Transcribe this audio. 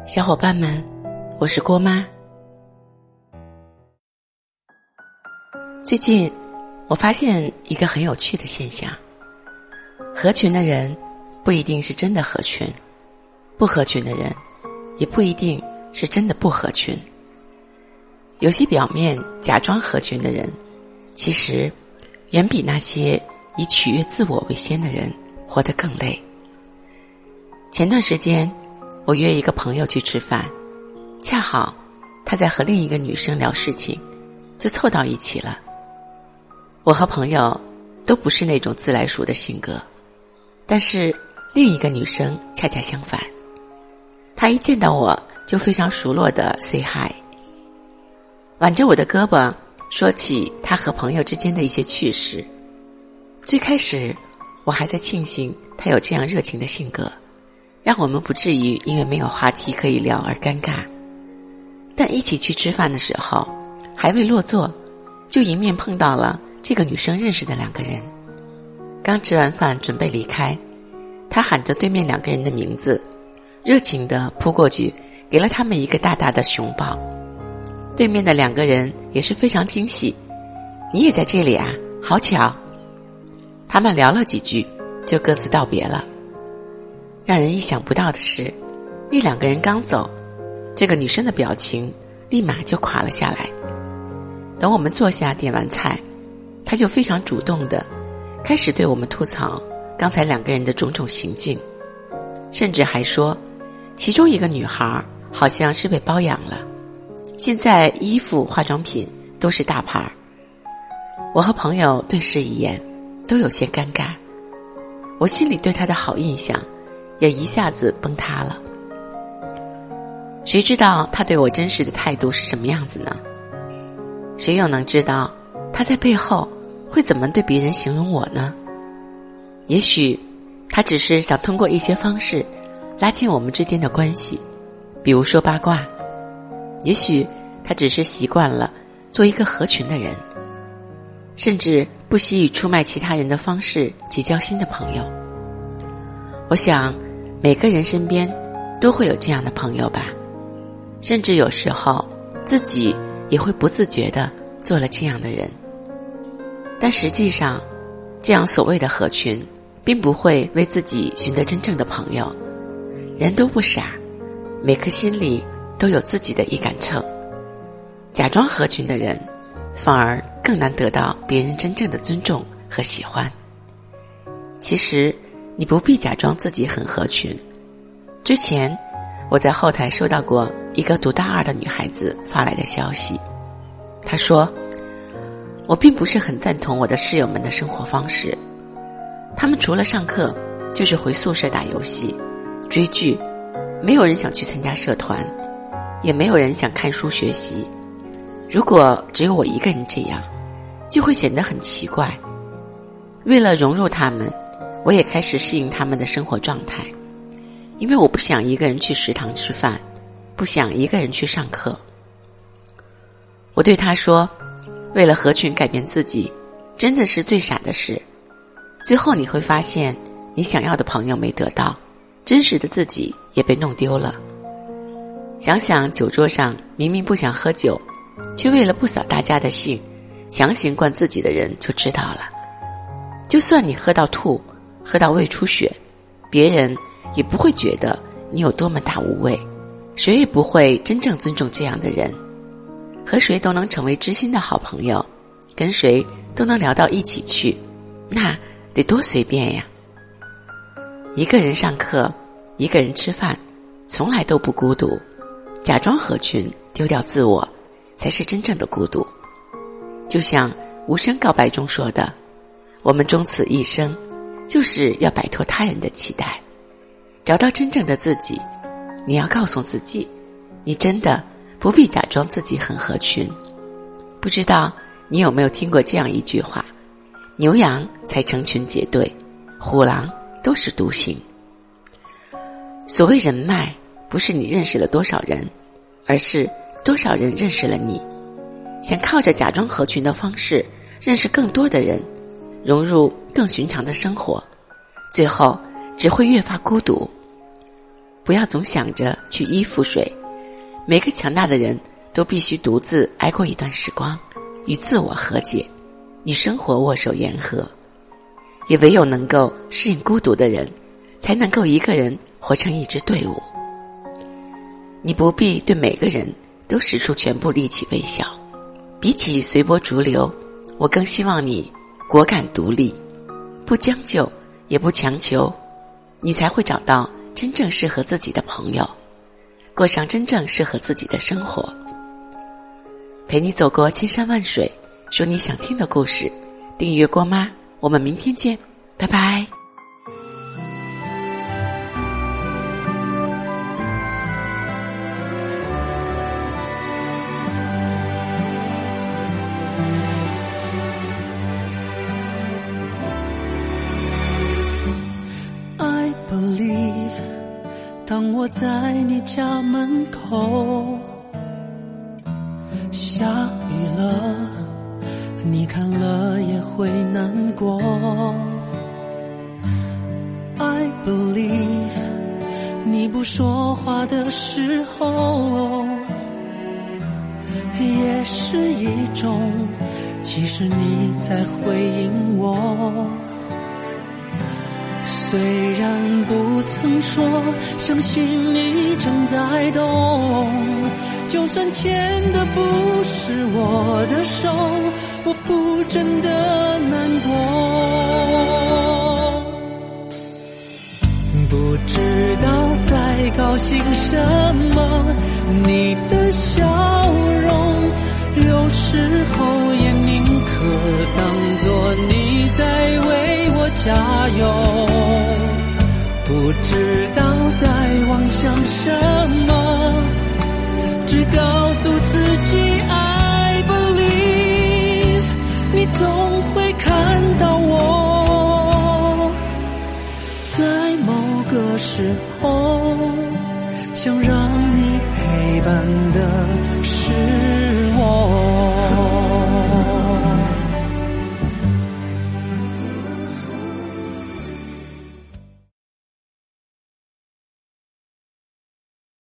小伙伴们，我是郭妈。最近我发现一个很有趣的现象，合群的人不一定是真的合群，不合群的人也不一定是真的不合群。有些表面假装合群的人，其实远比那些以取悦自我为先的人活得更累。前段时间我约一个朋友去吃饭，恰好他在和另一个女生聊事情，就凑到一起了。我和朋友都不是那种自来熟的性格，但是另一个女生恰恰相反，她一见到我就非常熟络地 say hi， 挽着我的胳膊说起她和朋友之间的一些趣事。最开始我还在庆幸她有这样热情的性格，让我们不至于因为没有话题可以聊而尴尬。但一起去吃饭的时候，还未落座，就迎面碰到了这个女生认识的两个人。刚吃完饭准备离开，她喊着对面两个人的名字，热情地扑过去给了他们一个大大的熊抱。对面的两个人也是非常惊喜，你也在这里啊，好巧。他们聊了几句就各自道别了。让人意想不到的是，那两个人刚走，这个女生的表情立马就垮了下来。等我们坐下点完菜，她就非常主动地开始对我们吐槽刚才两个人的种种行径，甚至还说其中一个女孩好像是被包养了，现在衣服化妆品都是大牌。我和朋友对视一眼，都有些尴尬，我心里对她的好印象也一下子崩塌了。谁知道他对我真实的态度是什么样子呢？谁又能知道他在背后会怎么对别人形容我呢？也许他只是想通过一些方式拉近我们之间的关系，比如说八卦。也许他只是习惯了做一个合群的人，甚至不惜以出卖其他人的方式结交新的朋友。我想每个人身边都会有这样的朋友吧，甚至有时候自己也会不自觉地做了这样的人。但实际上，这样所谓的合群并不会为自己寻得真正的朋友。人都不傻，每颗心里都有自己的一杆秤。假装合群的人反而更难得到别人真正的尊重和喜欢。其实你不必假装自己很合群。之前我在后台收到过一个读大2的女孩子发来的消息，她说，我并不是很赞同我的室友们的生活方式，他们除了上课就是回宿舍打游戏追剧，没有人想去参加社团，也没有人想看书学习。如果只有我一个人这样，就会显得很奇怪。为了融入他们，我也开始适应他们的生活状态，因为我不想一个人去食堂吃饭，不想一个人去上课。我对他说，为了合群改变自己，真的是最傻的事。最后你会发现，你想要的朋友没得到，真实的自己也被弄丢了。想想酒桌上明明不想喝酒，却为了不扫大家的兴，强行灌自己的人就知道了。就算你喝到吐，喝到胃出血，别人也不会觉得你有多么大无畏，谁也不会真正尊重这样的人。和谁都能成为知心的好朋友，跟谁都能聊到一起去，那得多随便呀。一个人上课，一个人吃饭，从来都不孤独。假装合群，丢掉自我，才是真正的孤独。就像无声告白中说的，我们终此一生，就是要摆脱他人的期待，找到真正的自己。你要告诉自己，你真的不必假装自己很合群。不知道你有没有听过这样一句话，牛羊才成群结队，虎狼都是独行。所谓人脉，不是你认识了多少人，而是多少人认识了你。想靠着假装合群的方式认识更多的人，融入更寻常的生活，最后只会越发孤独。 不要总想着去依附谁。每个强大的人都必须独自挨过一段时光，与自我和解，与生活握手言和。也唯有能够适应孤独的人，才能够一个人活成一支队伍。你不必对每个人都使出全部力气微笑，比起随波逐流，我更希望你果敢独立，不将就也不强求，你才会找到真正适合自己的朋友，过上真正适合自己的生活。陪你走过千山万水，说你想听的故事。订阅郭妈，我们明天见，拜拜。 当我在你家门口，下雨了，你看了也会难过。I believe 你不说话的时候，也是一种其实你在回应我。虽然不曾说相信你正在动，就算牵的不是我的手，我不真的难过。不知道在高兴什么，你的笑容有时候也宁可当作你在为我加油。不知道在妄想什么，只告诉自己 I believe 你总会看到我。在某个时候，想让你陪伴的是我。